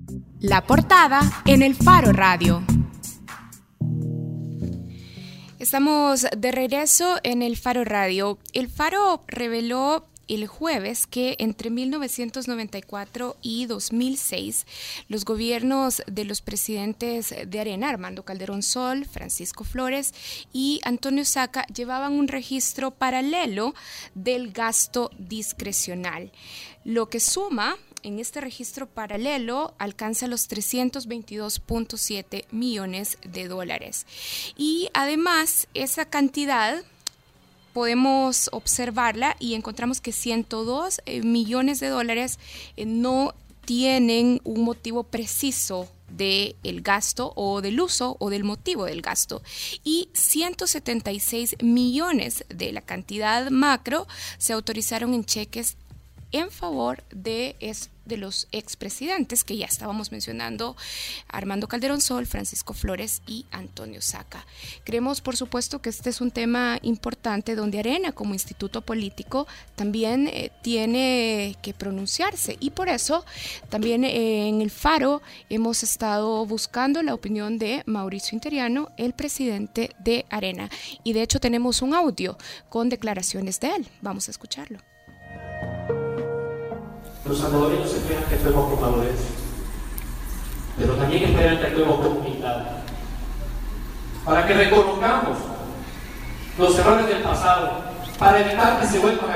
La portada en el Faro Radio. Estamos de regreso en el Faro Radio. El Faro reveló el jueves que entre 1994 y 2006 los gobiernos de los presidentes de Arena, Armando Calderón Sol, Francisco Flores y Antonio Saca, llevaban un registro paralelo del gasto discrecional, lo que suma en este registro paralelo alcanza los 322.7 millones de dólares. Y además esa cantidad podemos observarla y encontramos que 102 millones de dólares no tienen un motivo preciso del gasto o del uso o del motivo del gasto, y 176 millones de la cantidad macro se autorizaron en cheques en favor de los expresidentes que ya estábamos mencionando, Armando Calderón Sol, Francisco Flores y Antonio Saca. Creemos, por supuesto, que este es un tema importante donde Arena, como instituto político, también tiene que pronunciarse, y por eso también en el Faro hemos estado buscando la opinión de Mauricio Interiano, el presidente de Arena, y de hecho tenemos un audio con declaraciones de él. Vamos a escucharlo. Los salvadoreños esperan que actuemos con madurez, pero también esperan que actuemos con humildad, para que reconozcamos los errores del pasado, para evitar que se vuelvan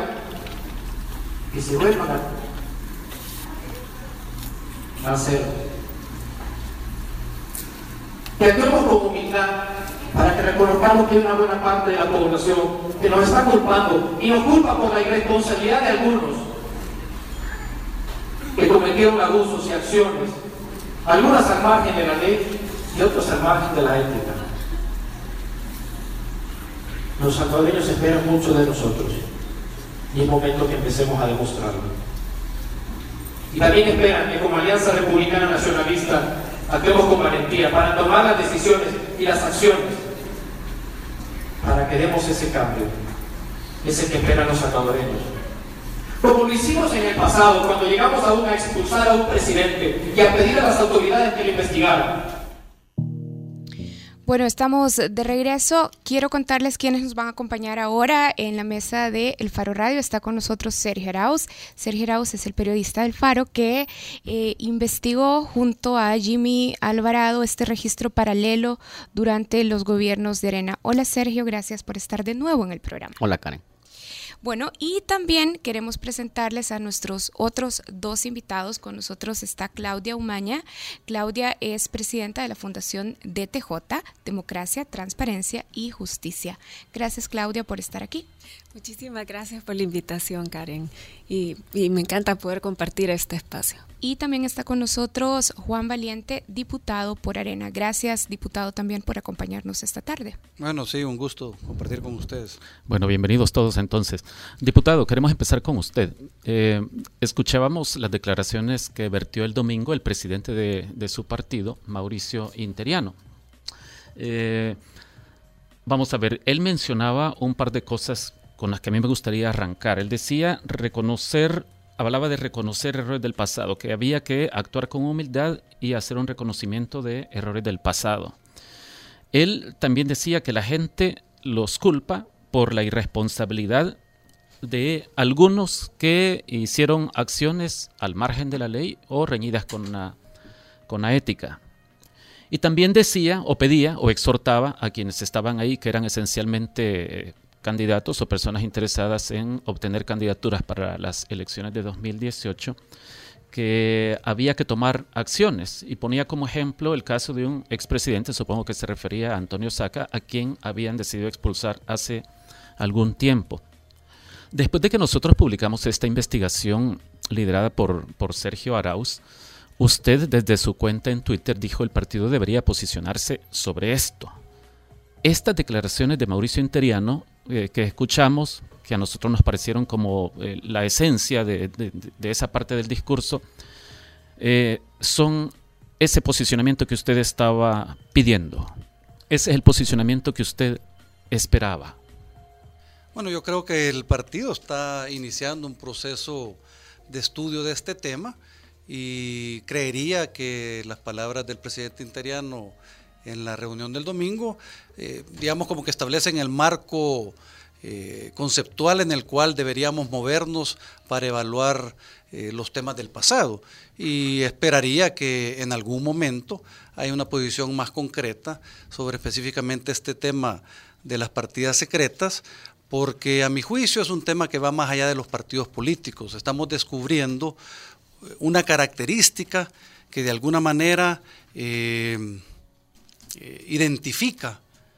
a hacer. Que actuemos con humildad, para que reconozcamos que hay una buena parte de la población que nos está culpando, y nos culpa por la irresponsabilidad de algunos que cometieron abusos y acciones, algunas al margen de la ley y otras al margen de la ética. Los salvadoreños esperan mucho de nosotros y es momento que empecemos a demostrarlo. Y también esperan que como Alianza Republicana Nacionalista actuemos con valentía para tomar las decisiones y las acciones para que demos ese cambio, ese que esperan los salvadoreños. Como lo hicimos en el pasado, cuando llegamos aún a expulsar a un presidente y a pedir a las autoridades que lo investigaran. Bueno, estamos de regreso. Quiero contarles quiénes nos van a acompañar ahora en la mesa de El Faro Radio. Está con nosotros Sergio Arauz. Sergio Arauz es el periodista del Faro que investigó junto a Jimmy Alvarado este registro paralelo durante los gobiernos de Arena. Hola Sergio, gracias por estar de nuevo en el programa. Hola Karen. Bueno, y también queremos presentarles a nuestros otros dos invitados. Con nosotros está Claudia Umaña. Claudia es presidenta de la Fundación DTJ, Democracia, Transparencia y Justicia. Gracias, Claudia, por estar aquí. Muchísimas gracias por la invitación, Karen, y me encanta poder compartir este espacio. Y también está con nosotros Juan Valiente, diputado por Arena. Gracias, diputado, también por acompañarnos esta tarde. Bueno, sí, un gusto compartir con ustedes. Bueno, bienvenidos todos entonces. Diputado, queremos empezar con usted. Escuchábamos las declaraciones que vertió el domingo el presidente de su partido, Mauricio Interiano. Vamos a ver, él mencionaba un par de cosas con las que a mí me gustaría arrancar. Él decía hablaba de reconocer errores del pasado, que había que actuar con humildad y hacer un reconocimiento de errores del pasado. Él también decía que la gente los culpa por la irresponsabilidad de algunos que hicieron acciones al margen de la ley o reñidas con la ética. Y también decía, o pedía, o exhortaba a quienes estaban ahí, que eran esencialmente candidatos o personas interesadas en obtener candidaturas para las elecciones de 2018, que había que tomar acciones. Y ponía como ejemplo el caso de un expresidente, supongo que se refería a Antonio Saca, a quien habían decidido expulsar hace algún tiempo. Después de que nosotros publicamos esta investigación liderada por Sergio Arauz, usted desde su cuenta en Twitter dijo el partido debería posicionarse sobre esto. Estas declaraciones de Mauricio Interiano que escuchamos, que a nosotros nos parecieron como la esencia de esa parte del discurso, son ese posicionamiento que usted estaba pidiendo. Ese es el posicionamiento que usted esperaba. Bueno, yo creo que el partido está iniciando un proceso de estudio de este tema y creería que las palabras del presidente Interiano en la reunión del domingo, digamos como que establecen el marco conceptual en el cual deberíamos movernos para evaluar los temas del pasado, y esperaría que en algún momento haya una posición más concreta sobre específicamente este tema de las partidas secretas, porque a mi juicio es un tema que va más allá de los partidos políticos. Estamos descubriendo una característica que de alguna manera identifica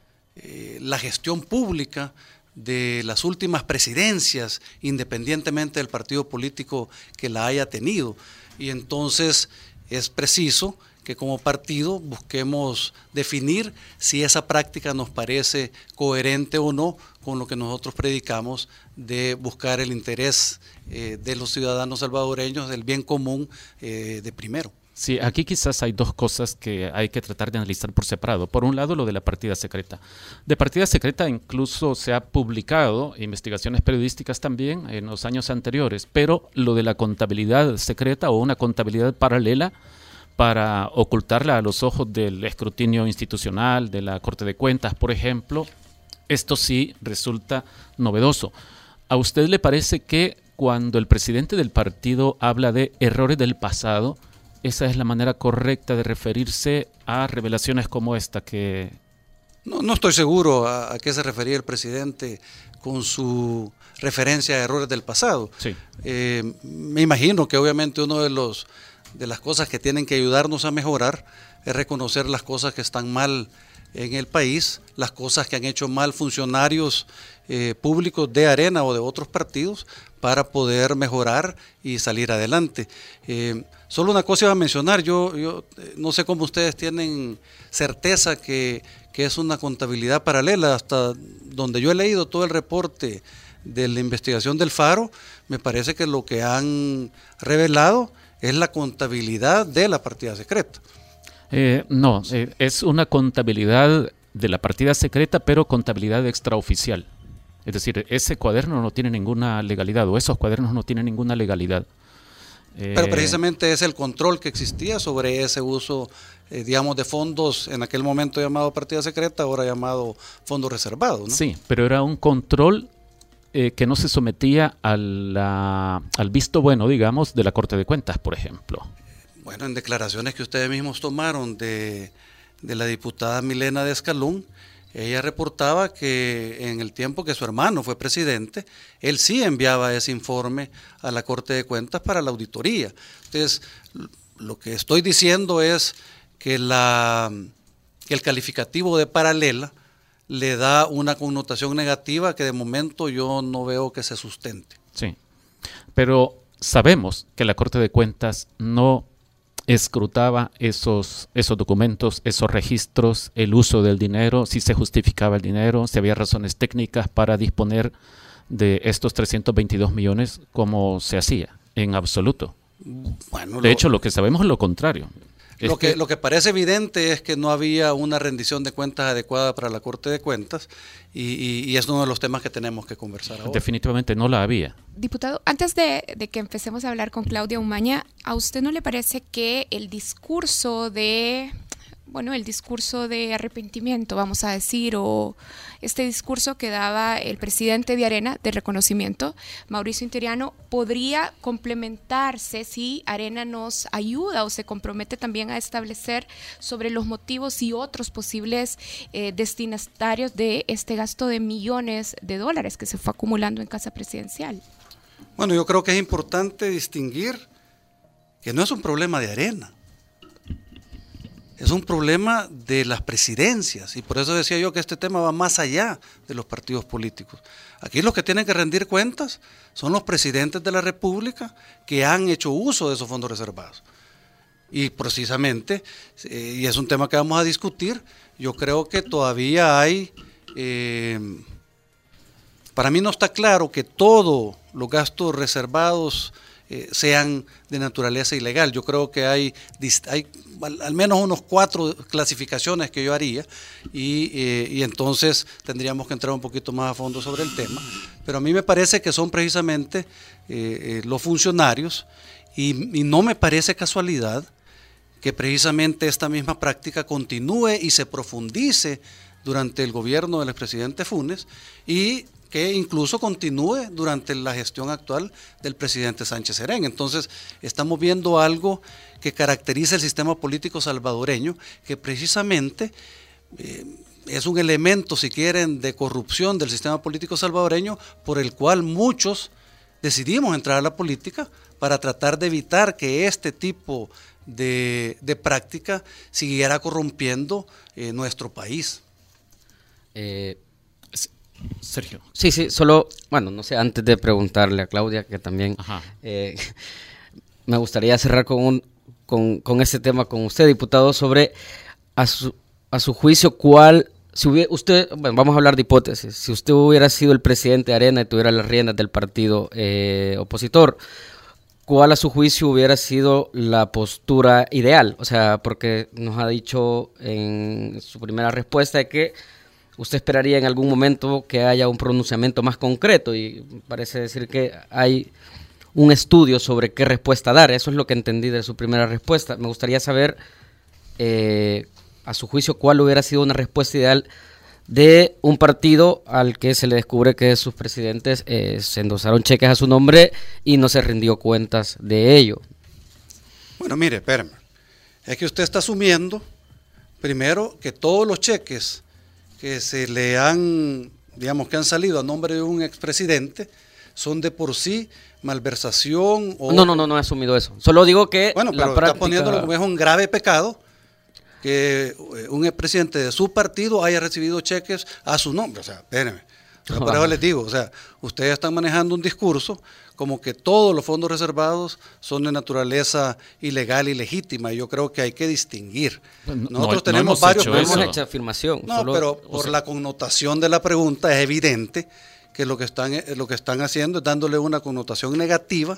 la gestión pública de las últimas presidencias, independientemente del partido político que la haya tenido. Y entonces es preciso que como partido busquemos definir si esa práctica nos parece coherente o no con lo que nosotros predicamos de buscar el interés de los ciudadanos salvadoreños, del bien común de primero. Sí, aquí quizás hay dos cosas que hay que tratar de analizar por separado. Por un lado, lo de la partida secreta. De partida secreta incluso se ha publicado investigaciones periodísticas también en los años anteriores, pero lo de la contabilidad secreta o una contabilidad paralela para ocultarla a los ojos del escrutinio institucional, de la Corte de Cuentas, por ejemplo, esto sí resulta novedoso. ¿A usted le parece que cuando el presidente del partido habla de errores del pasado, esa es la manera correcta de referirse a revelaciones como esta que... No estoy seguro a qué se refería el presidente con su referencia a errores del pasado. Sí. Me imagino que obviamente uno de las cosas que tienen que ayudarnos a mejorar es reconocer las cosas que están mal en el país, las cosas que han hecho mal funcionarios públicos de Arena o de otros partidos para poder mejorar y salir adelante. Solo una cosa iba a mencionar, yo no sé cómo ustedes tienen certeza que es una contabilidad paralela. Hasta donde yo he leído todo el reporte de la investigación del Faro, me parece que lo que han revelado es la contabilidad de la partida secreta. No, es una contabilidad de la partida secreta, pero contabilidad extraoficial. Es decir, ese cuaderno no tiene ninguna legalidad, o esos cuadernos no tienen ninguna legalidad. Pero precisamente es el control que existía sobre ese uso, digamos, de fondos en aquel momento llamado partida secreta, ahora llamado fondo reservado, ¿no? Sí, pero era un control que no se sometía al visto bueno, digamos, de la Corte de Cuentas, por ejemplo. Bueno, en declaraciones que ustedes mismos tomaron de la diputada Milena de Escalún, ella reportaba que en el tiempo que su hermano fue presidente, él sí enviaba ese informe a la Corte de Cuentas para la auditoría. Entonces, lo que estoy diciendo es que el calificativo de paralela le da una connotación negativa que de momento yo no veo que se sustente. Sí, pero sabemos que la Corte de Cuentas no escrutaba esos documentos, esos registros, el uso del dinero, si se justificaba el dinero, si había razones técnicas para disponer de estos 322 millones como se hacía, en absoluto. Bueno, de hecho, lo que sabemos es lo contrario. Lo que parece evidente es que no había una rendición de cuentas adecuada para la Corte de Cuentas y es uno de los temas que tenemos que conversar ahora. Definitivamente no la había. Diputado, antes de que empecemos a hablar con Claudia Umaña, ¿a usted no le parece que el discurso de arrepentimiento, vamos a decir, o este discurso que daba el presidente de Arena de reconocimiento, Mauricio Interiano, podría complementarse si Arena nos ayuda o se compromete también a establecer sobre los motivos y otros posibles destinatarios de este gasto de millones de dólares que se fue acumulando en Casa Presidencial? Bueno, yo creo que es importante distinguir que no es un problema de Arena. Es un problema de las presidencias y por eso decía yo que este tema va más allá de los partidos políticos. Aquí los que tienen que rendir cuentas son los presidentes de la República que han hecho uso de esos fondos reservados. Y precisamente, y es un tema que vamos a discutir, yo creo que todavía hay, para mí no está claro que todos los gastos reservados sean de naturaleza ilegal. Yo creo que hay al menos unos 4 clasificaciones que yo haría y entonces tendríamos que entrar un poquito más a fondo sobre el tema, pero a mí me parece que son precisamente los funcionarios Y no me parece casualidad que precisamente esta misma práctica continúe y se profundice durante el gobierno del expresidente Funes y que incluso continúe durante la gestión actual del presidente Sánchez Serén. Entonces, estamos viendo algo que caracteriza el sistema político salvadoreño, que precisamente es un elemento, si quieren, de corrupción del sistema político salvadoreño, por el cual muchos decidimos entrar a la política para tratar de evitar que este tipo de práctica siguiera corrompiendo nuestro país. Sergio. Sí, solo, bueno, no sé, antes de preguntarle a Claudia, que también me gustaría cerrar con ese tema con usted, diputado, sobre a su juicio, cuál, si hubiera, usted, bueno, vamos a hablar de hipótesis, si usted hubiera sido el presidente de Arena y tuviera las riendas del partido opositor, ¿cuál a su juicio hubiera sido la postura ideal? O sea, porque nos ha dicho en su primera respuesta de que usted esperaría en algún momento que haya un pronunciamiento más concreto y parece decir que hay un estudio sobre qué respuesta dar. Eso es lo que entendí de su primera respuesta. Me gustaría saber, a su juicio, cuál hubiera sido una respuesta ideal de un partido al que se le descubre que sus presidentes se endosaron cheques a su nombre y no se rindió cuentas de ello. Bueno, mire, espérame. Es que usted está asumiendo, primero, que todos los cheques que se le han, digamos, que han salido a nombre de un expresidente son de por sí malversación o... No he asumido eso. Solo digo que bueno, pero la práctica... está poniéndolo como es un grave pecado que un expresidente de su partido haya recibido cheques a su nombre. O sea, espérenme. Por eso les digo, o sea, ustedes están manejando un discurso como que todos los fondos reservados son de naturaleza ilegal y legítima, y yo creo que hay que distinguir. Nosotros tenemos varios... No hemos hecho afirmación. No, pero por la connotación de la pregunta es evidente que lo que están haciendo es dándole una connotación negativa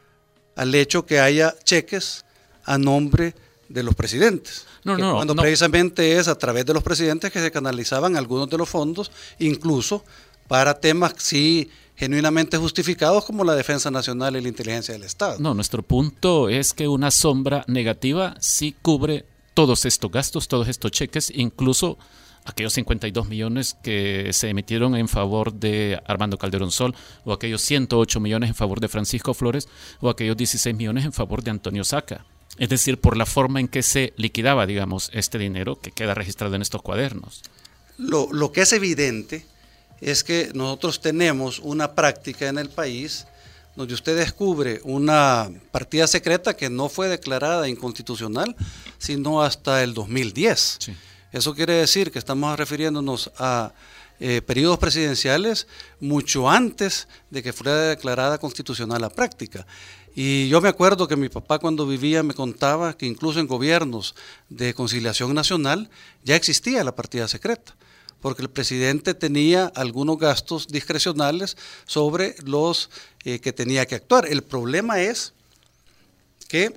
al hecho que haya cheques a nombre de los presidentes. Cuando precisamente es a través de los presidentes que se canalizaban algunos de los fondos, incluso para temas sí genuinamente justificados como la defensa nacional y la inteligencia del Estado. No, nuestro punto es que una sombra negativa sí cubre todos estos gastos, todos estos cheques, incluso aquellos 52 millones que se emitieron en favor de Armando Calderón Sol, o aquellos 108 millones en favor de Francisco Flores, o aquellos 16 millones en favor de Antonio Saca. Es decir, por la forma en que se liquidaba, digamos, este dinero que queda registrado en estos cuadernos. Lo que es evidente es que nosotros tenemos una práctica en el país donde usted descubre una partida secreta que no fue declarada inconstitucional, sino hasta el 2010. Sí. Eso quiere decir que estamos refiriéndonos a periodos presidenciales mucho antes de que fuera declarada constitucional la práctica. Y yo me acuerdo que mi papá, cuando vivía, me contaba que incluso en gobiernos de conciliación nacional ya existía la partida secreta, porque el presidente tenía algunos gastos discrecionales sobre los que tenía que actuar. El problema es que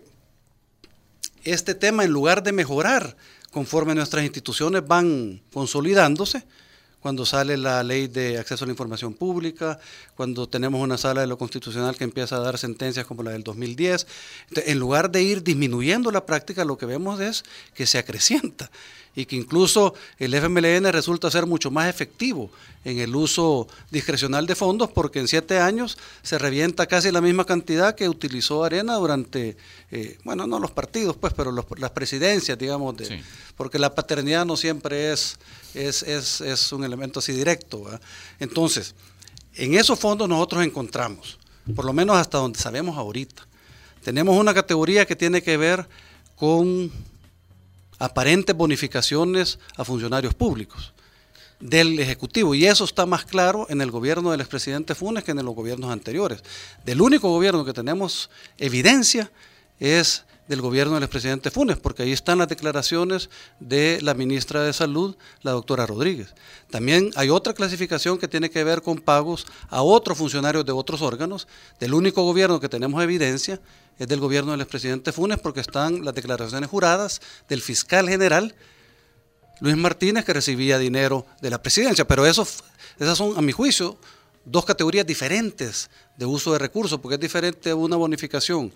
este tema, en lugar de mejorar conforme nuestras instituciones van consolidándose, cuando sale la ley de acceso a la información pública, cuando tenemos una sala de lo constitucional que empieza a dar sentencias como la del 2010, en lugar de ir disminuyendo la práctica, lo que vemos es que se acrecienta y que incluso el FMLN resulta ser mucho más efectivo en el uso discrecional de fondos, porque en 7 años se revienta casi la misma cantidad que utilizó Arena durante, bueno, no los partidos, pues, pero las presidencias, digamos, sí. Porque la paternidad no siempre es un elemento así directo, ¿verdad? Entonces, en esos fondos nosotros encontramos, por lo menos hasta donde sabemos ahorita, tenemos una categoría que tiene que ver con aparentes bonificaciones a funcionarios públicos del Ejecutivo, y eso está más claro en el gobierno del expresidente Funes que en los gobiernos anteriores. Del único gobierno que tenemos evidencia es del gobierno del expresidente Funes, porque ahí están las declaraciones de la ministra de Salud, la doctora Rodríguez. También hay otra clasificación que tiene que ver con pagos a otros funcionarios de otros órganos. Del único gobierno que tenemos evidencia es del gobierno del expresidente Funes, porque están las declaraciones juradas del fiscal general Luis Martínez, que recibía dinero de la presidencia. Pero esas son, a mi juicio, dos categorías diferentes de uso de recursos, porque es diferente una bonificación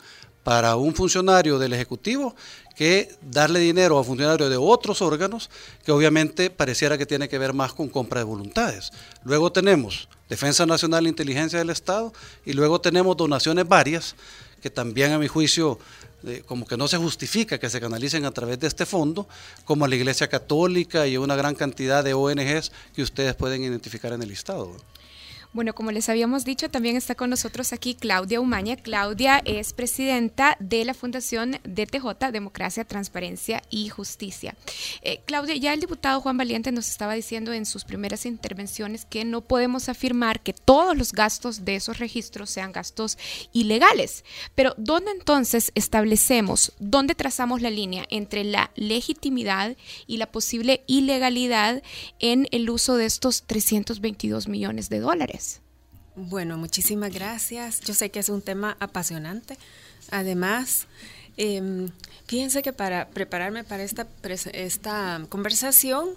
para un funcionario del Ejecutivo que darle dinero a funcionarios de otros órganos que obviamente pareciera que tiene que ver más con compra de voluntades. Luego tenemos Defensa Nacional e Inteligencia del Estado y luego tenemos donaciones varias que también a mi juicio como que no se justifica que se canalicen a través de este fondo, como a la Iglesia Católica y una gran cantidad de ONGs que ustedes pueden identificar en el listado. Bueno, como les habíamos dicho, también está con nosotros aquí Claudia Umaña. Claudia es presidenta de la Fundación DTJ, Democracia, Transparencia y Justicia. Claudia, ya el diputado Juan Valiente nos estaba diciendo en sus primeras intervenciones que no podemos afirmar que todos los gastos de esos registros sean gastos ilegales. Pero ¿dónde entonces establecemos, dónde trazamos la línea entre la legitimidad y la posible ilegalidad en el uso de estos 322 millones de dólares? Bueno, muchísimas gracias. Yo sé que es un tema apasionante. Además, fíjense que para prepararme para esta conversación,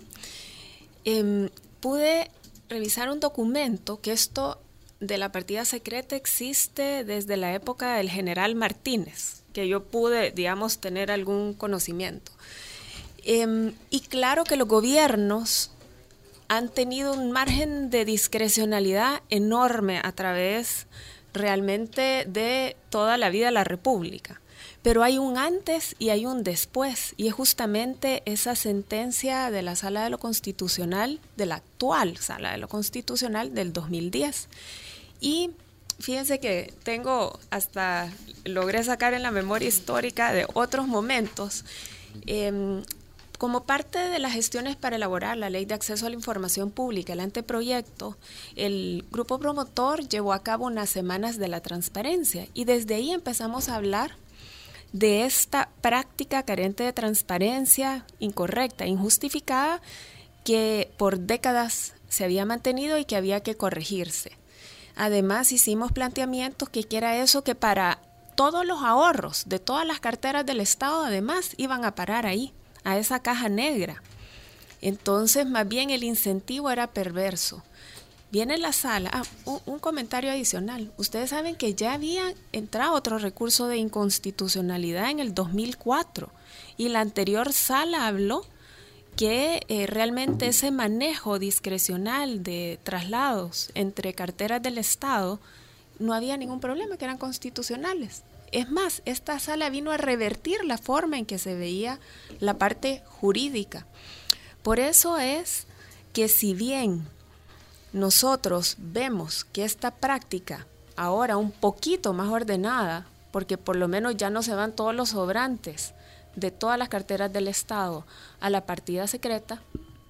pude revisar un documento que esto de la partida secreta existe desde la época del general Martínez, que yo pude, digamos, tener algún conocimiento. Y claro que los gobiernos han tenido un margen de discrecionalidad enorme a través realmente de toda la vida de la República. Pero hay un antes y hay un después, y es justamente esa sentencia de la Sala de lo Constitucional, de la actual Sala de lo Constitucional del 2010. Y fíjense que logré sacar en la memoria histórica de otros momentos, como parte de las gestiones para elaborar la Ley de Acceso a la Información Pública, el anteproyecto, el grupo promotor llevó a cabo unas semanas de la transparencia y desde ahí empezamos a hablar de esta práctica carente de transparencia, incorrecta, injustificada, que por décadas se había mantenido y que había que corregirse. Además, hicimos planteamientos que era eso, que para todos los ahorros de todas las carteras del Estado, además, iban a parar ahí, a esa caja negra. Entonces, más bien el incentivo era perverso. Viene la sala, un comentario adicional. Ustedes saben que ya había entrado otro recurso de inconstitucionalidad en el 2004 y la anterior sala habló que realmente ese manejo discrecional de traslados entre carteras del Estado no había ningún problema, que eran constitucionales. Es más, esta sala vino a revertir la forma en que se veía la parte jurídica. Por eso es que si bien nosotros vemos que esta práctica ahora un poquito más ordenada, porque por lo menos ya no se van todos los sobrantes de todas las carteras del Estado a la partida secreta,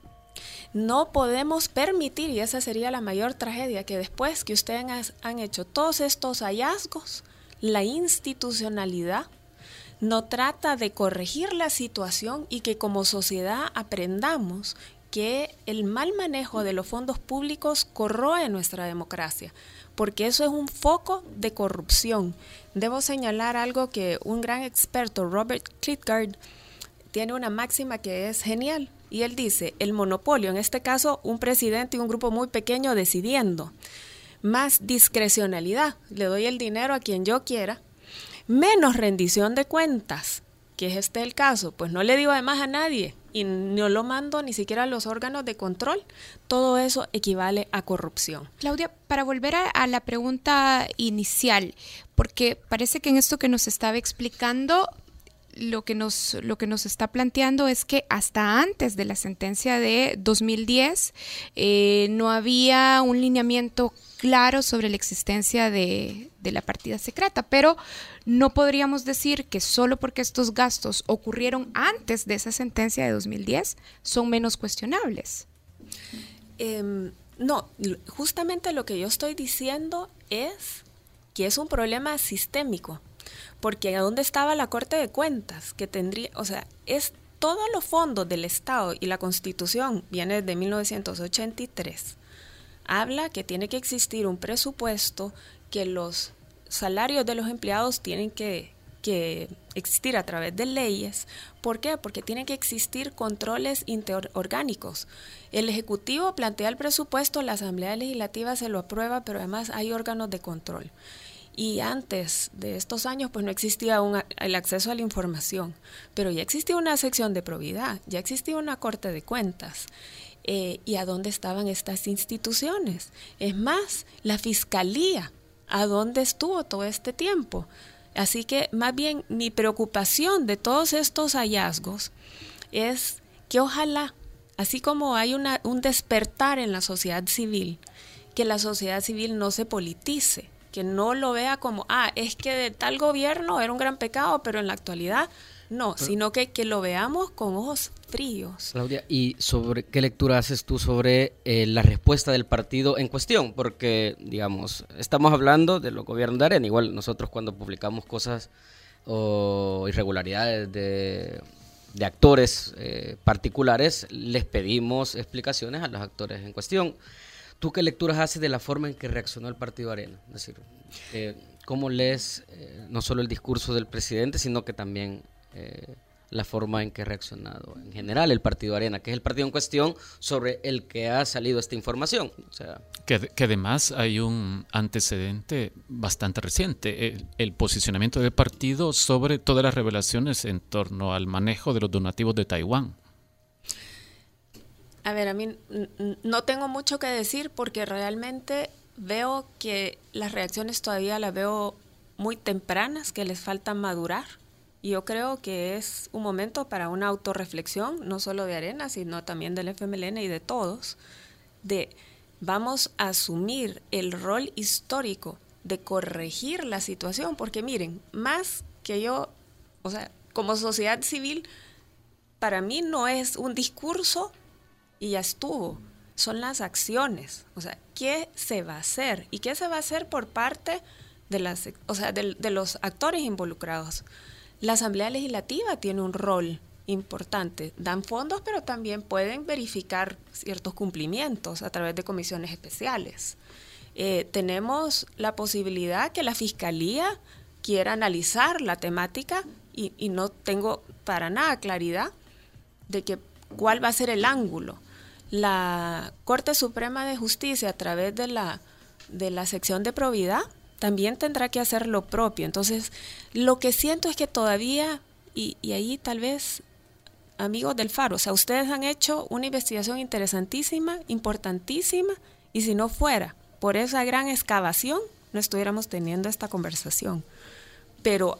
no podemos permitir, y esa sería la mayor tragedia, que después que ustedes han hecho todos estos hallazgos, la institucionalidad no trata de corregir la situación y que como sociedad aprendamos que el mal manejo de los fondos públicos corroe nuestra democracia, porque eso es un foco de corrupción. Debo señalar algo que un gran experto, Robert Klitgard, tiene una máxima que es genial, y él dice, el monopolio, en este caso un presidente y un grupo muy pequeño decidiendo, más discrecionalidad, le doy el dinero a quien yo quiera, menos rendición de cuentas, que es el caso, pues no le digo además a nadie y no lo mando ni siquiera a los órganos de control, todo eso equivale a corrupción. Claudia, para volver a la pregunta inicial, porque parece que en esto que nos estaba explicando, lo que nos está planteando es que hasta antes de la sentencia de 2010 no había un lineamiento claro sobre la existencia de la partida secreta, pero no podríamos decir que solo porque estos gastos ocurrieron antes de esa sentencia de 2010 son menos cuestionables. No, justamente lo que yo estoy diciendo es que es un problema sistémico. Porque ¿a dónde estaba la Corte de Cuentas? Que tendría, o sea, es todos los fondos del Estado y la Constitución viene desde 1983. Habla que tiene que existir un presupuesto, que los salarios de los empleados tienen que existir a través de leyes. ¿Por qué? Porque tienen que existir controles interorgánicos. El Ejecutivo plantea el presupuesto, la Asamblea Legislativa se lo aprueba, pero además hay órganos de control. Y antes de estos años, pues no existía el acceso a la información, pero ya existía una sección de probidad, ya existía una Corte de Cuentas. ¿Y a dónde estaban estas instituciones? Es más, la Fiscalía, ¿a dónde estuvo todo este tiempo? Así que más bien mi preocupación de todos estos hallazgos es que ojalá, así como hay un despertar en la sociedad civil, que la sociedad civil no se politice, que no lo vea como, es que de tal gobierno era un gran pecado, pero en la actualidad no, sino que lo veamos con ojos fríos. Claudia, ¿y sobre qué lectura haces tú sobre la respuesta del partido en cuestión? Porque, digamos, estamos hablando de los gobiernos de Arena, igual nosotros cuando publicamos cosas o irregularidades de actores particulares, les pedimos explicaciones a los actores en cuestión. ¿Tú qué lecturas haces de la forma en que reaccionó el partido Arena? Es decir, ¿cómo lees no solo el discurso del presidente, sino que también la forma en que ha reaccionado en general el partido Arena, que es el partido en cuestión sobre el que ha salido esta información? O sea, que además hay un antecedente bastante reciente, el posicionamiento del partido sobre todas las revelaciones en torno al manejo de los donativos de Taiwán. A ver, a mí no tengo mucho que decir porque realmente veo que las reacciones todavía las veo muy tempranas, que les falta madurar. Y yo creo que es un momento para una autorreflexión, no solo de Arena, sino también del FMLN y de todos, de vamos a asumir el rol histórico de corregir la situación, porque miren, más que yo, o sea, como sociedad civil, para mí no es un discurso y ya estuvo, son las acciones, o sea, ¿qué se va a hacer? ¿Y qué se va a hacer por parte de los actores involucrados? La Asamblea Legislativa tiene un rol importante, dan fondos, pero también pueden verificar ciertos cumplimientos a través de comisiones especiales. Tenemos la posibilidad que la Fiscalía quiera analizar la temática y no tengo para nada claridad de cuál va a ser el ángulo. La Corte Suprema de Justicia, a través de la sección de probidad, también tendrá que hacer lo propio. Entonces, lo que siento es que todavía, y ahí tal vez, amigos del Faro, o sea, ustedes han hecho una investigación interesantísima, importantísima, y si no fuera por esa gran excavación, no estuviéramos teniendo esta conversación. Pero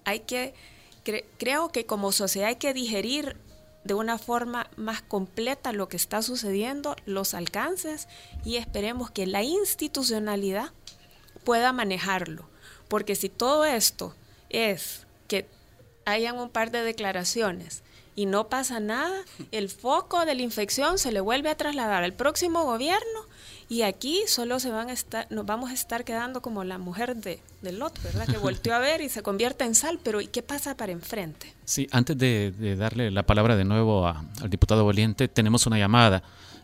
creo que como sociedad hay que digerir de una forma más completa lo que está sucediendo, los alcances, y esperemos que la institucionalidad pueda manejarlo, porque si todo esto es que hayan un par de declaraciones y no pasa nada, el foco de la infección se le vuelve a trasladar al próximo gobierno y aquí solo nos vamos a estar quedando como la mujer de Lot, ¿verdad? Que volteó a ver y se convierte en sal, pero ¿y qué pasa para enfrente? Sí, antes de darle la palabra de nuevo al diputado Valiente, tenemos una llamada.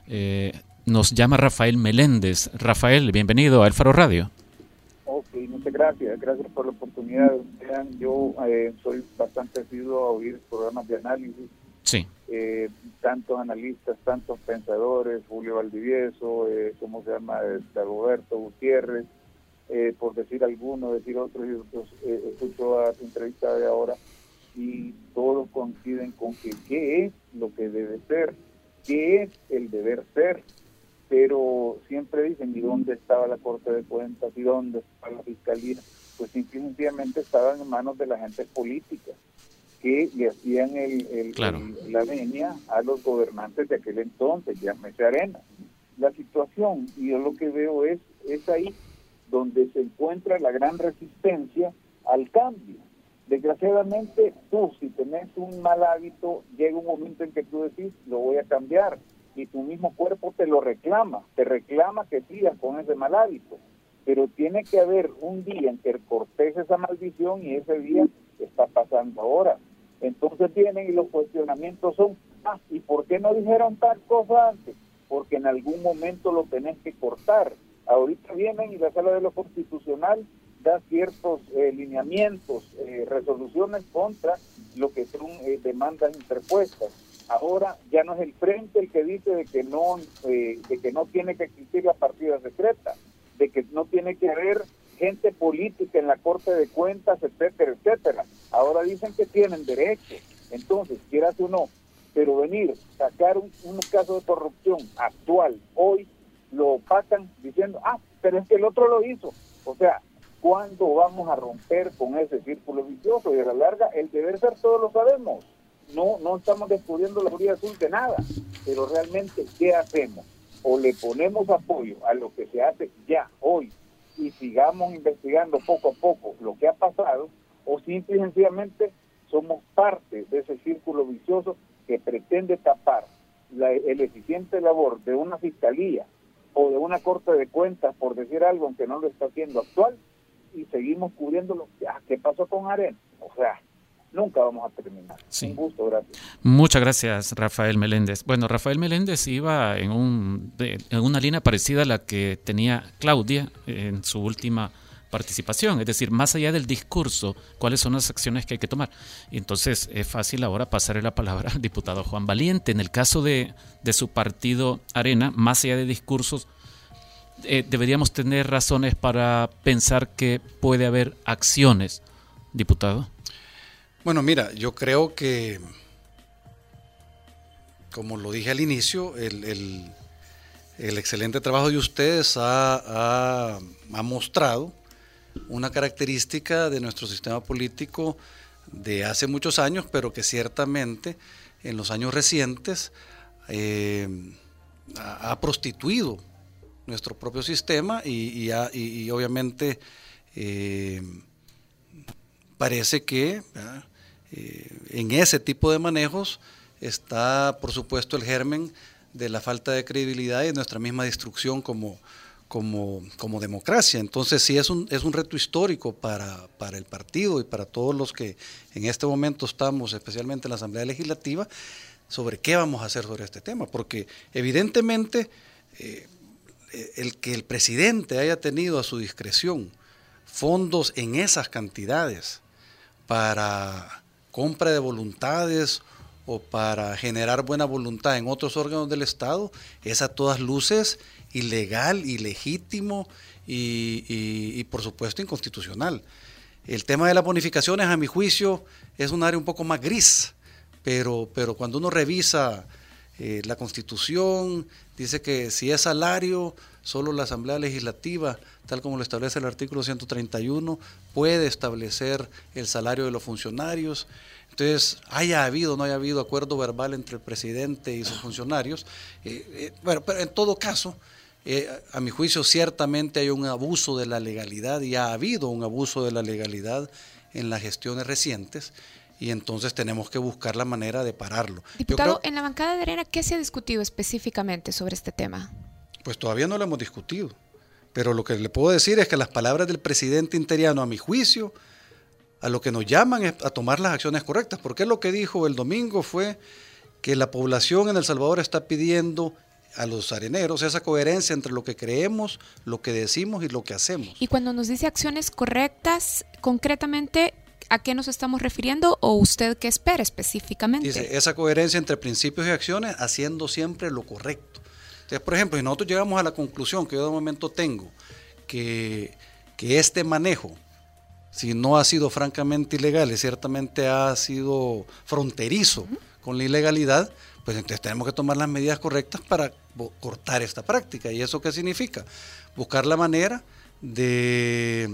Nos llama Rafael Meléndez. Rafael, bienvenido a El Faro Radio. Ok, muchas gracias por la oportunidad. Vean, yo soy bastante asiduo a oír programas de análisis. Sí. Tantos analistas, tantos pensadores, Julio Valdivieso, Dagoberto Gutiérrez, por decir algunos, decir otros, y otros, escucho a tu entrevista de ahora, y todos coinciden con que qué es lo que debe ser, qué es el deber ser. Pero siempre dicen, ¿y dónde estaba la Corte de Cuentas? ¿Y dónde estaba la Fiscalía? Pues simplemente estaban en manos de la gente política, que le hacían la leña a los gobernantes de aquel entonces, llámese Arena. La situación, y yo lo que veo es ahí donde se encuentra la gran resistencia al cambio. Desgraciadamente, tú, si tenés un mal hábito, llega un momento en que tú decís, lo voy a cambiar, y tu mismo cuerpo te lo reclama, que sigas con ese mal hábito, pero tiene que haber un día en que cortes esa maldición y ese día está pasando ahora. Entonces vienen y los cuestionamientos son, ¿y por qué no dijeron tal cosa antes? Porque en algún momento lo tenés que cortar. Ahorita vienen y la Sala de lo Constitucional da ciertos lineamientos, resoluciones contra lo que son demandas interpuestas. Ahora ya no es el frente el que dice de que no tiene que existir la partida secreta, de que no tiene que haber gente política en la Corte de Cuentas, etcétera, etcétera. Ahora dicen que tienen derecho. Entonces, quieras o no, pero venir, sacar un caso de corrupción actual, hoy, lo opacan diciendo, pero es que el otro lo hizo. O sea, ¿cuándo vamos a romper con ese círculo vicioso? Y a la larga, el deber ser todos lo sabemos. No estamos descubriendo la orilla azul de nada. Pero realmente, ¿qué hacemos? O le ponemos apoyo a lo que se hace ya, hoy, y sigamos investigando poco a poco lo que ha pasado, o simple y sencillamente somos parte de ese círculo vicioso que pretende tapar el eficiente labor de una fiscalía o de una Corte de Cuentas, por decir algo, aunque no lo está haciendo actual, y seguimos cubriéndolo. ¿Qué pasó con Arena? O sea, nunca vamos a terminar. Sí. Un gusto, gracias. Muchas gracias, Rafael Meléndez. Bueno, Rafael Meléndez iba en una línea parecida a la que tenía Claudia en su última participación, es decir, más allá del discurso, cuáles son las acciones que hay que tomar. Y entonces es fácil ahora pasarle la palabra al diputado Juan Valiente. En el caso de su partido Arena, más allá de discursos, deberíamos tener razones para pensar que puede haber acciones, diputado. Bueno, mira, yo creo que, como lo dije al inicio, el excelente trabajo de ustedes ha mostrado una característica de nuestro sistema político de hace muchos años, pero que ciertamente en los años recientes ha prostituido nuestro propio sistema y obviamente parece que en ese tipo de manejos está, por supuesto, el germen de la falta de credibilidad y de nuestra misma destrucción como democracia. Entonces sí es un reto histórico para el partido y para todos los que en este momento estamos, especialmente en la Asamblea Legislativa, sobre qué vamos a hacer sobre este tema, porque evidentemente el que el presidente haya tenido a su discreción fondos en esas cantidades para compra de voluntades o para generar buena voluntad en otros órganos del Estado, es a todas luces ilegal, ilegítimo y por supuesto inconstitucional. El tema de las bonificaciones, a mi juicio, es un área un poco más gris, pero cuando uno revisa la Constitución, dice que si es salario, solo la Asamblea Legislativa, tal como lo establece el artículo 131, puede establecer el salario de los funcionarios. Entonces, haya habido o no haya habido acuerdo verbal entre el presidente y sus funcionarios, bueno, pero en todo caso, a mi juicio, ciertamente hay un abuso de la legalidad y ha habido un abuso de la legalidad en las gestiones recientes y entonces tenemos que buscar la manera de pararlo. Diputado, en la bancada de Arena, ¿qué se ha discutido específicamente sobre este tema? Pues todavía no lo hemos discutido, pero lo que le puedo decir es que las palabras del presidente interiano, a mi juicio, a lo que nos llaman es a tomar las acciones correctas, porque lo que dijo el domingo fue que la población en El Salvador está pidiendo a los areneros esa coherencia entre lo que creemos, lo que decimos y lo que hacemos. Y cuando nos dice acciones correctas, concretamente, ¿a qué nos estamos refiriendo o usted qué espera específicamente? Dice, esa coherencia entre principios y acciones, haciendo siempre lo correcto. Entonces, por ejemplo, si nosotros llegamos a la conclusión que yo de momento tengo, que este manejo, si no ha sido francamente ilegal y ciertamente ha sido fronterizo con la ilegalidad, pues entonces tenemos que tomar las medidas correctas para cortar esta práctica. ¿Y eso qué significa? Buscar la manera de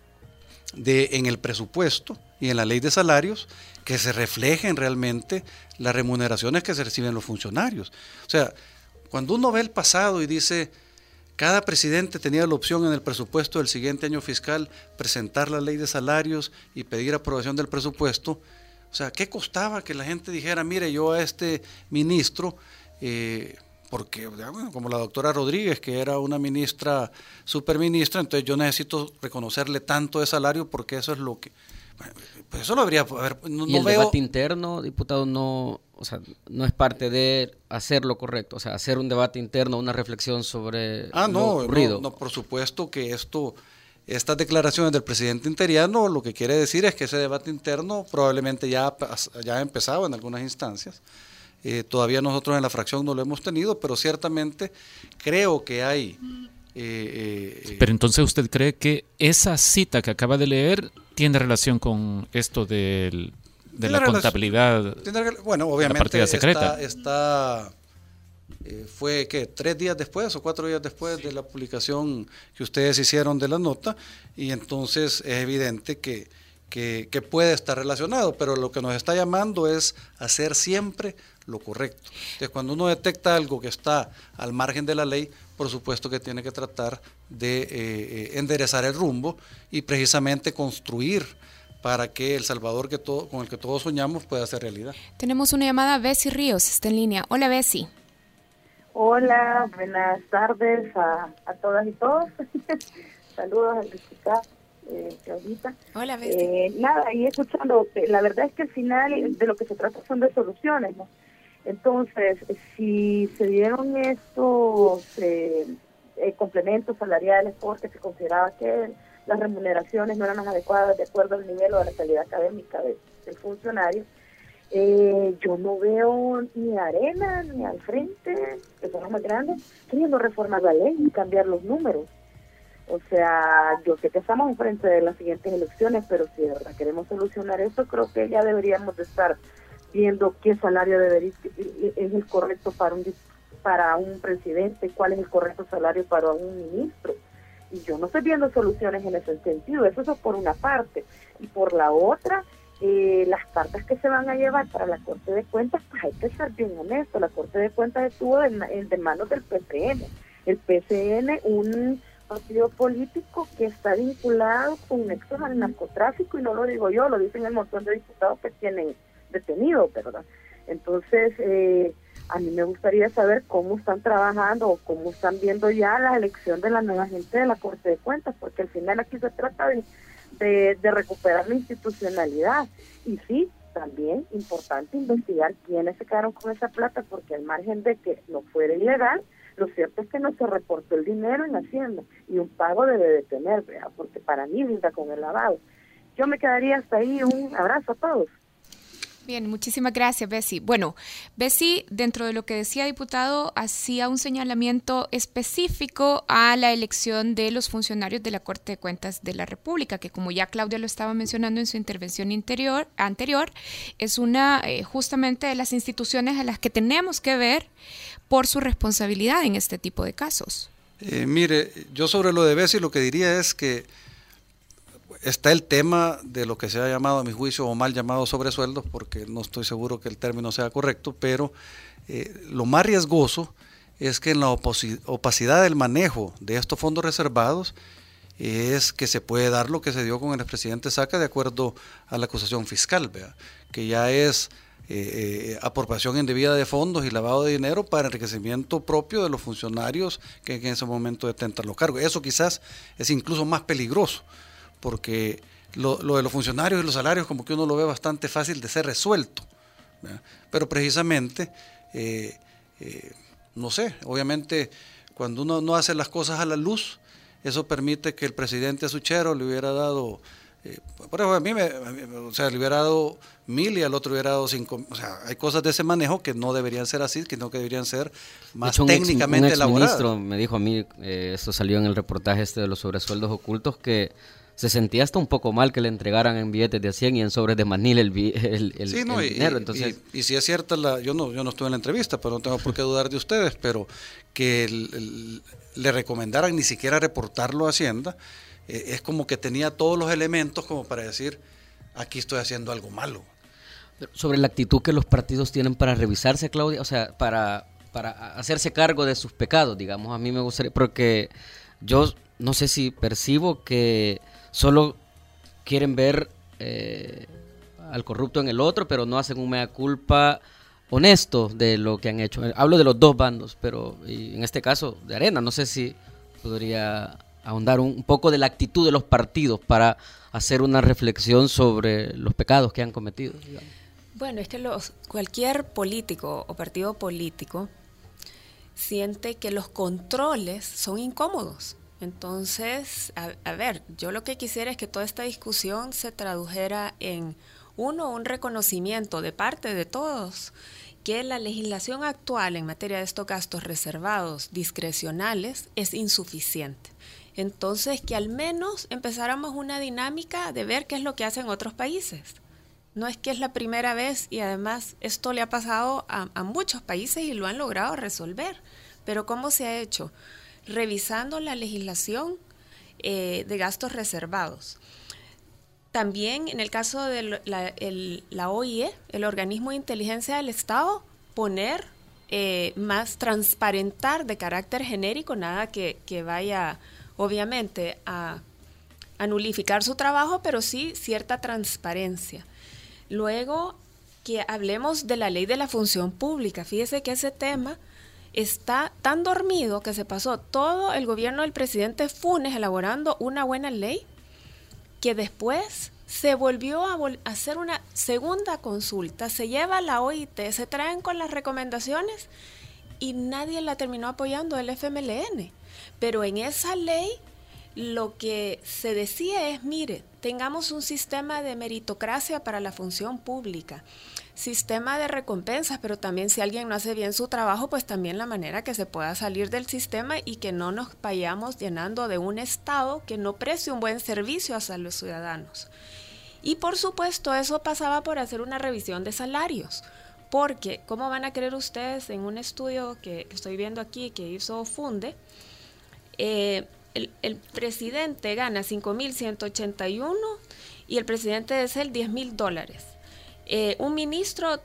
en el presupuesto y en la ley de salarios que se reflejen realmente las remuneraciones que se reciben los funcionarios. O sea, cuando uno ve el pasado y dice, cada presidente tenía la opción en el presupuesto del siguiente año fiscal presentar la ley de salarios y pedir aprobación del presupuesto. O sea, ¿qué costaba que la gente dijera, mire, yo a este ministro, porque bueno, como la doctora Rodríguez, que era una ministra, superministra, entonces yo necesito reconocerle tanto de salario porque eso es lo que... Bueno, pues eso lo habría... ¿Y el debate interno, diputado, no es parte de hacer lo correcto? O sea, hacer un debate interno, una reflexión sobre lo ocurrido. No, por supuesto que estas declaraciones del presidente interiano lo que quiere decir es que ese debate interno probablemente ya ha empezado en algunas instancias. Todavía nosotros en la fracción no lo hemos tenido, pero ciertamente creo que hay Pero entonces usted cree que esa cita que acaba de leer tiene relación con esto de la contabilidad, bueno, obviamente la partida secreta. Fue que 3 días después o 4 días después de la publicación que ustedes hicieron de la nota, y entonces es evidente que puede estar relacionado, pero lo que nos está llamando es hacer siempre lo correcto. Entonces, cuando uno detecta algo que está al margen de la ley, por supuesto que tiene que tratar de enderezar el rumbo y precisamente construir para que El Salvador con el que todos soñamos pueda ser realidad. Tenemos una llamada. Bessie Ríos está en línea. Hola, Bessie. Hola, buenas tardes a todas y todos. Saludos a Jessica, Claudita. Hola, Bessie. Nada, y escuchando, la verdad es que al final de lo que se trata son de soluciones, ¿no? Entonces, si se dieron estos complementos salariales porque se consideraba que las remuneraciones no eran las adecuadas de acuerdo al nivel o a la calidad académica del funcionario, yo no veo ni a Arena ni al Frente, que son los más grandes, queriendo reformar la ley y cambiar los números. O sea, yo sé que estamos enfrente de las siguientes elecciones, pero si de verdad queremos solucionar eso, creo que ya deberíamos de estar viendo qué salario es el correcto para un presidente, cuál es el correcto salario para un ministro. Y yo no estoy viendo soluciones en ese sentido. Eso es por una parte. Y por la otra, las cartas que se van a llevar para la Corte de Cuentas, pues hay que ser bien honesto. La Corte de Cuentas estuvo de manos del PCN. El PCN, un partido político que está vinculado con nexos al narcotráfico, y no lo digo yo, lo dicen el montón de diputados que tienen detenidos, ¿verdad? Entonces, a mí me gustaría saber cómo están trabajando o cómo están viendo ya la elección de la nueva gente de la Corte de Cuentas, porque al final aquí se trata de recuperar la institucionalidad. Y sí, también importante investigar quiénes se quedaron con esa plata, porque al margen de que no fuera ilegal, lo cierto es que no se reportó el dinero en Hacienda, y un pago debe de tener, ¿verdad? Porque para mí brinda con el lavado. Yo me quedaría hasta ahí. Un abrazo a todos. Bien, muchísimas gracias, Bessie. Bueno, Bessie, dentro de lo que decía diputado, hacía un señalamiento específico a la elección de los funcionarios de la Corte de Cuentas de la República, que como ya Claudia lo estaba mencionando en su intervención anterior, es una justamente de las instituciones a las que tenemos que ver por su responsabilidad en este tipo de casos. Mire, yo sobre lo de Bessie lo que diría es que está el tema de lo que se ha llamado, a mi juicio, o mal llamado sobresueldos, porque no estoy seguro que el término sea correcto, pero lo más riesgoso es que en la opacidad del manejo de estos fondos reservados es que se puede dar lo que se dio con el expresidente Saca de acuerdo a la acusación fiscal, ¿verdad? Que ya es apropiación indebida de fondos y lavado de dinero para enriquecimiento propio de los funcionarios que en ese momento detentan los cargos. Eso quizás es incluso más peligroso, porque lo de los funcionarios y los salarios como que uno lo ve bastante fácil de ser resuelto, ¿verdad? Pero precisamente, no sé, obviamente cuando uno no hace las cosas a la luz, eso permite que el presidente a Suchero le hubiera dado, por ejemplo, a mí le hubiera dado 1,000 y al otro hubiera dado 5,000. O sea, hay cosas de ese manejo que no deberían ser así, que deberían ser más de hecho, técnicamente elaboradas. Un exministro me dijo a mí, esto salió en el reportaje de los sobresueldos ocultos, que se sentía hasta un poco mal que le entregaran en billetes de 100 y en sobres de Manil el dinero. Entonces, y si es cierta, yo no estuve en la entrevista, pero no tengo por qué dudar de ustedes, pero que le recomendaran ni siquiera reportarlo a Hacienda, es como que tenía todos los elementos como para decir, aquí estoy haciendo algo malo. Sobre la actitud que los partidos tienen para revisarse, Claudia, o sea, para hacerse cargo de sus pecados, digamos, a mí me gustaría, porque yo no sé si percibo que solo quieren ver al corrupto en el otro, pero no hacen un mea culpa honesto de lo que han hecho. Hablo de los dos bandos, pero en este caso de Arena, no sé si podría ahondar un poco de la actitud de los partidos para hacer una reflexión sobre los pecados que han cometido, digamos. Bueno, es que cualquier político o partido político siente que los controles son incómodos. Entonces, a ver, yo lo que quisiera es que toda esta discusión se tradujera en un reconocimiento de parte de todos que la legislación actual en materia de estos gastos reservados discrecionales es insuficiente. Entonces, que al menos empezáramos una dinámica de ver qué es lo que hacen otros países. No es que es la primera vez, y además esto le ha pasado a muchos países y lo han logrado resolver. Pero ¿cómo se ha hecho? Revisando la legislación de gastos reservados. También en el caso de la OIE, el Organismo de Inteligencia del Estado, poner más transparentar de carácter genérico, nada que vaya obviamente a nulificar su trabajo, pero sí cierta transparencia. Luego, que hablemos de la ley de la función pública. Fíjese que ese tema está tan dormido que se pasó todo el gobierno del presidente Funes elaborando una buena ley, que después se volvió a hacer una segunda consulta, se lleva a la OIT, se traen con las recomendaciones y nadie la terminó apoyando, el FMLN. Pero en esa ley lo que se decía es, mire, tengamos un sistema de meritocracia para la función pública, sistema de recompensas, pero también si alguien no hace bien su trabajo, pues también la manera que se pueda salir del sistema y que no nos vayamos llenando de un Estado que no preste un buen servicio hacia los ciudadanos. Y por supuesto eso pasaba por hacer una revisión de salarios, porque ¿cómo van a creer ustedes en un estudio que estoy viendo aquí que hizo Funde? El presidente gana $5,181 y el presidente de CEL $10,000. Un ministro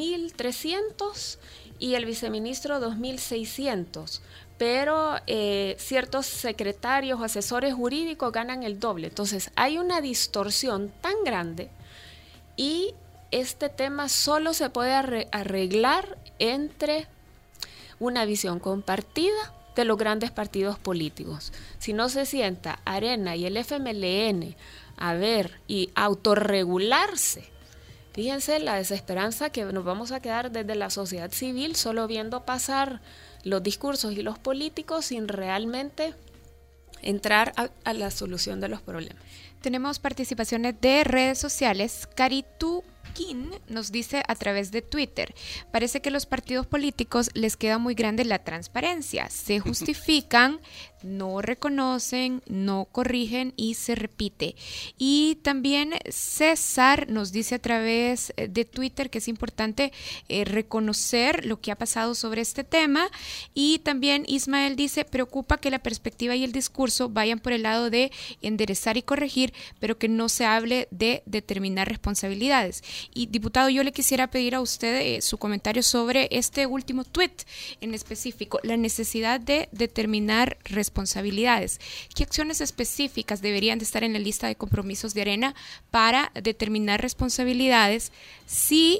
3.300 y el viceministro 2.600, pero ciertos secretarios o asesores jurídicos ganan el doble. Entonces hay una distorsión tan grande y este tema solo se puede arreglar entre una visión compartida de los grandes partidos políticos. Si no se sienta Arena y el FMLN a ver y autorregularse, fíjense la desesperanza que nos vamos a quedar desde la sociedad civil solo viendo pasar los discursos y los políticos sin realmente entrar a la solución de los problemas. Tenemos participaciones de redes sociales. Caritu King nos dice a través de Twitter: parece que a los partidos políticos les queda muy grande la transparencia, se justifican, no reconocen, no corrigen y se repite. Y también César nos dice a través de Twitter que es importante reconocer lo que ha pasado sobre este tema. Y también Ismael dice: preocupa que la perspectiva y el discurso vayan por el lado de enderezar y corregir, pero que no se hable de determinar responsabilidades. Y diputado, yo le quisiera pedir a usted su comentario sobre este último tuit en específico, la necesidad de determinar responsabilidades. ¿Qué acciones específicas deberían de estar en la lista de compromisos de Arena para determinar responsabilidades si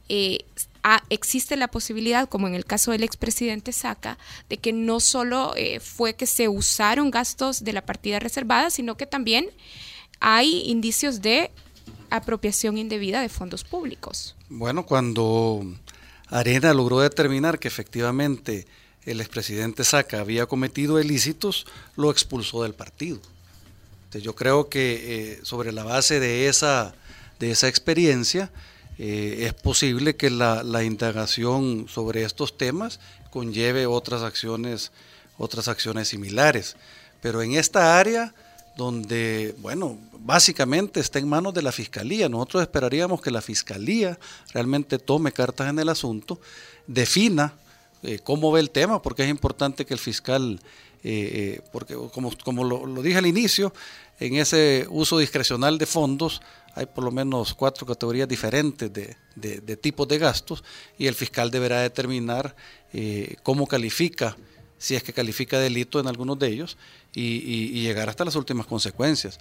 existe la posibilidad, como en el caso del expresidente Saca, de que no solo fue que se usaron gastos de la partida reservada, sino que también hay indicios de apropiación indebida de fondos públicos? Bueno, cuando Arena logró determinar que efectivamente el expresidente Saca había cometido ilícitos, lo expulsó del partido. Entonces yo creo que sobre la base de esa experiencia es posible que la indagación sobre estos temas conlleve otras acciones similares. Pero en esta área donde, bueno, básicamente está en manos de la Fiscalía. Nosotros esperaríamos que la Fiscalía realmente tome cartas en el asunto, defina cómo ve el tema, porque es importante que el fiscal, porque como lo dije al inicio, en ese uso discrecional de fondos hay por lo menos 4 categorías diferentes de tipos de gastos, y el fiscal deberá determinar cómo califica, si es que califica delito en algunos de ellos, y llegar hasta las últimas consecuencias.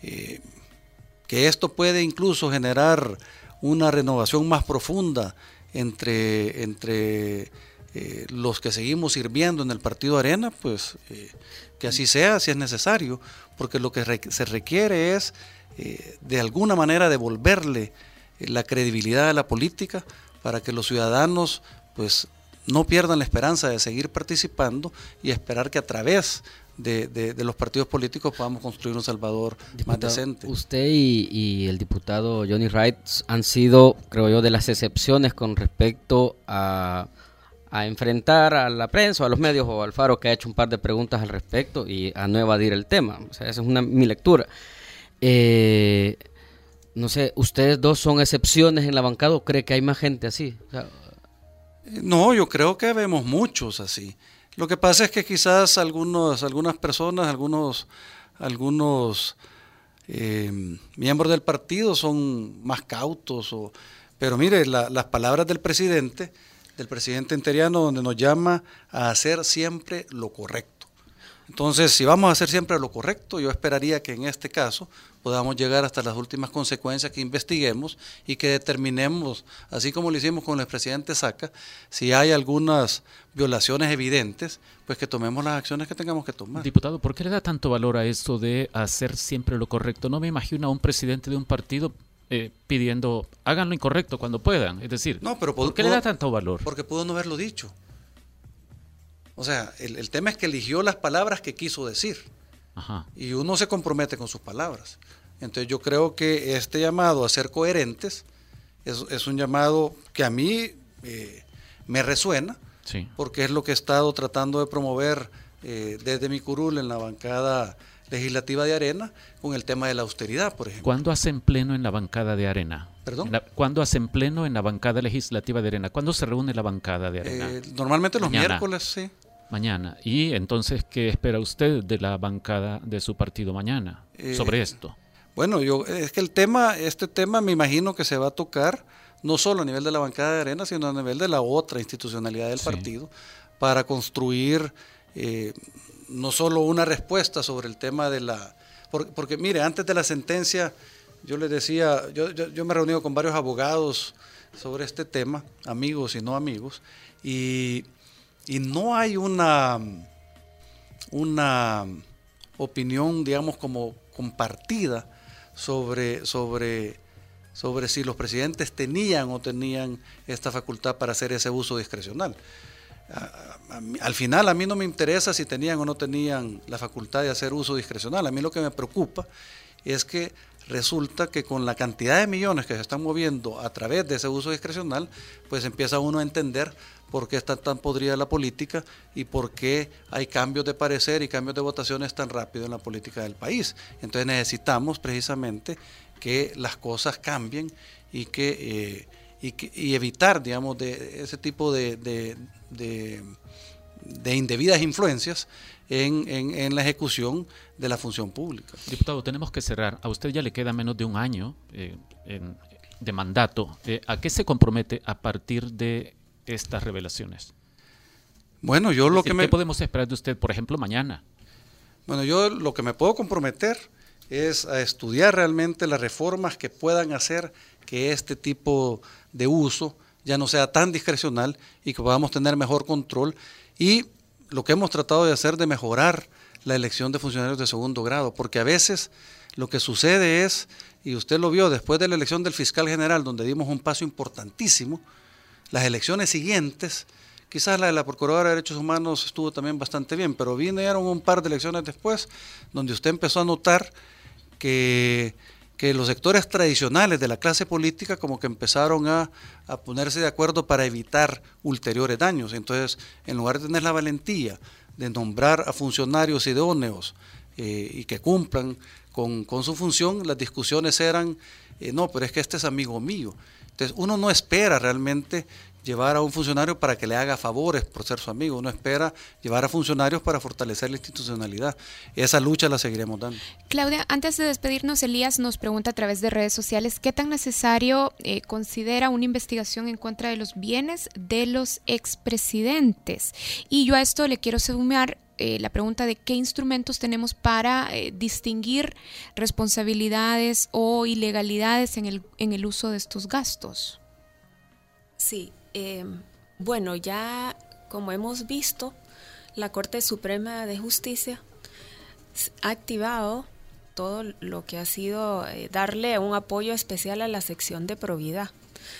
Que esto puede incluso generar una renovación más profunda entre los que seguimos sirviendo en el Partido Arena, pues que así sea, si es necesario, porque lo que se requiere es de alguna manera devolverle la credibilidad a la política para que los ciudadanos pues no pierdan la esperanza de seguir participando y esperar que a través de los partidos políticos podamos construir un Salvador más decente. Usted y el diputado Johnny Wright han sido, creo yo, de las excepciones con respecto a enfrentar a la prensa o a los medios o al Faro, que ha hecho un par de preguntas al respecto y a no evadir el tema. O sea, esa es mi lectura. No sé, ¿ustedes dos son excepciones en la bancada o cree que hay más gente así? O sea, no, yo creo que vemos muchos así. Lo que pasa es que quizás algunas personas, algunos miembros del partido son más cautos. Pero mire, las palabras del presidente Interiano, donde nos llama a hacer siempre lo correcto. Entonces, si vamos a hacer siempre lo correcto, yo esperaría que en este caso podamos llegar hasta las últimas consecuencias, que investiguemos y que determinemos, así como lo hicimos con el expresidente Saca, si hay algunas violaciones evidentes, pues que tomemos las acciones que tengamos que tomar. Diputado, ¿por qué le da tanto valor a esto de hacer siempre lo correcto? No me imagino a un presidente de un partido pidiendo, hagan lo incorrecto cuando puedan. Es decir, no, pero ¿por qué le da tanto valor? Porque pudo no haberlo dicho. O sea, el tema es que eligió las palabras que quiso decir. Ajá. Y uno se compromete con sus palabras. Entonces yo creo que este llamado a ser coherentes es un llamado que a mí me resuena, sí, porque es lo que he estado tratando de promover desde mi curul en la bancada legislativa de Arena, con el tema de la austeridad, por ejemplo. ¿Cuándo hacen pleno en la bancada de Arena? ¿Perdón? ¿Cuándo hacen pleno en la bancada legislativa de Arena? ¿Cuándo se reúne la bancada de Arena? Normalmente los Mañana. miércoles, sí. Mañana. ¿Y entonces qué espera usted de la bancada de su partido mañana sobre esto? Bueno, es que este tema me imagino que se va a tocar no solo a nivel de la bancada de Arena, sino a nivel de la otra institucionalidad del partido, para construir no solo una respuesta sobre el tema de la... Porque mire, antes de la sentencia, yo les decía, yo me he reunido con varios abogados sobre este tema, amigos y no amigos, y no hay una opinión, digamos, como compartida sobre si los presidentes tenían o no tenían esta facultad para hacer ese uso discrecional. Al final a mí no me interesa si tenían o no tenían la facultad de hacer uso discrecional. A mí lo que me preocupa es que resulta que con la cantidad de millones que se están moviendo a través de ese uso discrecional, pues empieza uno a entender por qué está tan podrida la política y por qué hay cambios de parecer y cambios de votaciones tan rápido en la política del país. Entonces necesitamos precisamente que las cosas cambien y evitar, digamos, de ese tipo de indebidas influencias en la ejecución de la función pública. Diputado, tenemos que cerrar. A usted ya le queda menos de un año de mandato. ¿A qué se compromete a partir de estas revelaciones? Bueno, ¿Qué podemos esperar de usted, por ejemplo, mañana? Bueno, yo lo que me puedo comprometer es a estudiar realmente las reformas que puedan hacer que este tipo de uso ya no sea tan discrecional y que podamos tener mejor control, y lo que hemos tratado de hacer de mejorar la elección de funcionarios de segundo grado, porque a veces lo que sucede es, y usted lo vio después de la elección del fiscal general, donde dimos un paso importantísimo, las elecciones siguientes, quizás la de la Procuradora de Derechos Humanos estuvo también bastante bien, pero vinieron un par de elecciones después, donde usted empezó a notar que los sectores tradicionales de la clase política como que empezaron a ponerse de acuerdo para evitar ulteriores daños. Entonces, en lugar de tener la valentía de nombrar a funcionarios idóneos y que cumplan con su función, las discusiones eran, no, pero es que este es amigo mío. Entonces, uno no espera realmente llevar a un funcionario para que le haga favores por ser su amigo, uno espera llevar a funcionarios para fortalecer la institucionalidad. Esa lucha la seguiremos dando. Claudia, antes de despedirnos, Elías nos pregunta a través de redes sociales, ¿qué tan necesario considera una investigación en contra de los bienes de los expresidentes? Y yo a esto le quiero sumar la pregunta de qué instrumentos tenemos para distinguir responsabilidades o ilegalidades en el uso de estos gastos. Sí, bueno, ya como hemos visto, la Corte Suprema de Justicia ha activado todo lo que ha sido darle un apoyo especial a la sección de probidad.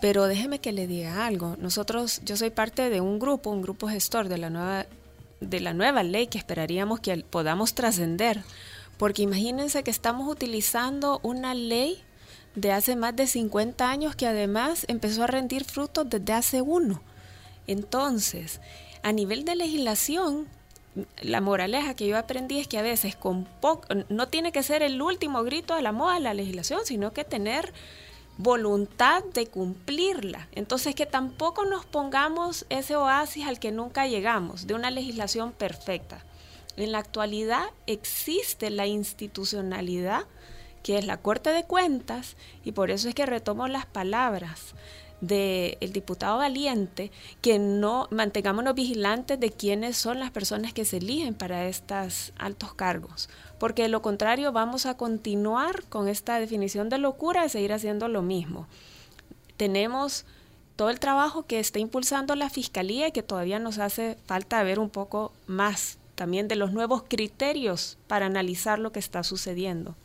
Pero déjeme que le diga algo. Yo soy parte de un grupo gestor de la nueva ley que esperaríamos que podamos trascender. Porque imagínense que estamos utilizando una ley de hace más de 50 años que además empezó a rendir frutos desde hace 1. Entonces, a nivel de legislación, la moraleja que yo aprendí es que a veces no tiene que ser el último grito de la moda de la legislación, sino que tener voluntad de cumplirla. Entonces, que tampoco nos pongamos ese oasis al que nunca llegamos, de una legislación perfecta. En la actualidad existe la institucionalidad, que es la Corte de Cuentas, y por eso es que retomo las palabras del diputado Valiente, que no mantengámonos vigilantes de quiénes son las personas que se eligen para estos altos cargos, porque de lo contrario vamos a continuar con esta definición de locura de seguir haciendo lo mismo. Tenemos todo el trabajo que está impulsando la Fiscalía y que todavía nos hace falta ver un poco más también de los nuevos criterios para analizar lo que está sucediendo.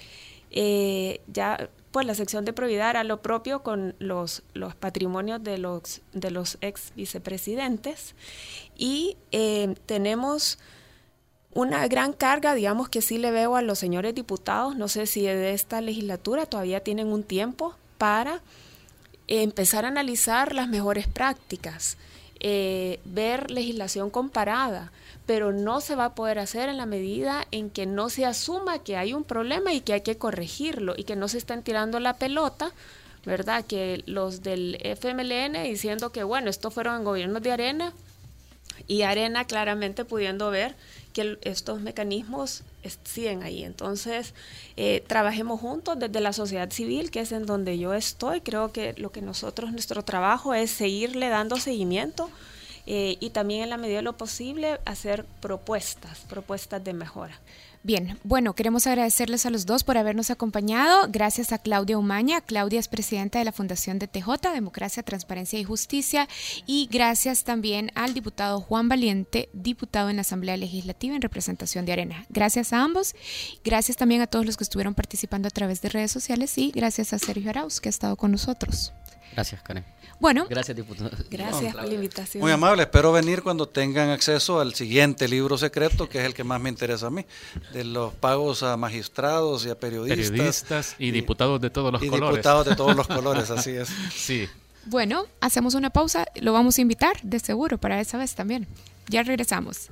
Ya pues la sección de probidad hará lo propio con los patrimonios de los ex vicepresidentes y tenemos una gran carga, digamos, que sí le veo a los señores diputados. No sé si de esta legislatura todavía tienen un tiempo para empezar a analizar las mejores prácticas, ver legislación comparada, pero no se va a poder hacer en la medida en que no se asuma que hay un problema y que hay que corregirlo y que no se están tirando la pelota, ¿verdad? Que los del FMLN diciendo que bueno, estos fueron gobiernos de Arena y Arena claramente pudiendo ver que estos mecanismos siguen ahí. Entonces, trabajemos juntos desde la sociedad civil, que es en donde yo estoy. Creo que nuestro trabajo es seguirle dando seguimiento y también en la medida de lo posible hacer propuestas de mejora. Bien, bueno, queremos agradecerles a los dos por habernos acompañado. Gracias a Claudia Umaña. Claudia es presidenta de la Fundación DTJ, Democracia, Transparencia y Justicia. Y gracias también al diputado Juan Valiente, diputado en la Asamblea Legislativa en representación de Arena. Gracias a ambos. Gracias también a todos los que estuvieron participando a través de redes sociales y gracias a Sergio Arauz, que ha estado con nosotros. Gracias, Karen. Bueno, gracias, diputado. Gracias por la invitación. Muy amable, espero venir cuando tengan acceso al siguiente libro secreto, que es el que más me interesa a mí, de los pagos a magistrados y a periodistas y diputados de todos los colores. Y diputados de todos los colores, así es. Sí. Bueno, hacemos una pausa, lo vamos a invitar de seguro para esa vez también. Ya regresamos.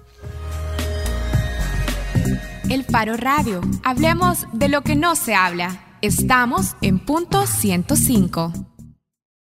El Faro Radio. Hablemos de lo que no se habla. Estamos en punto 105.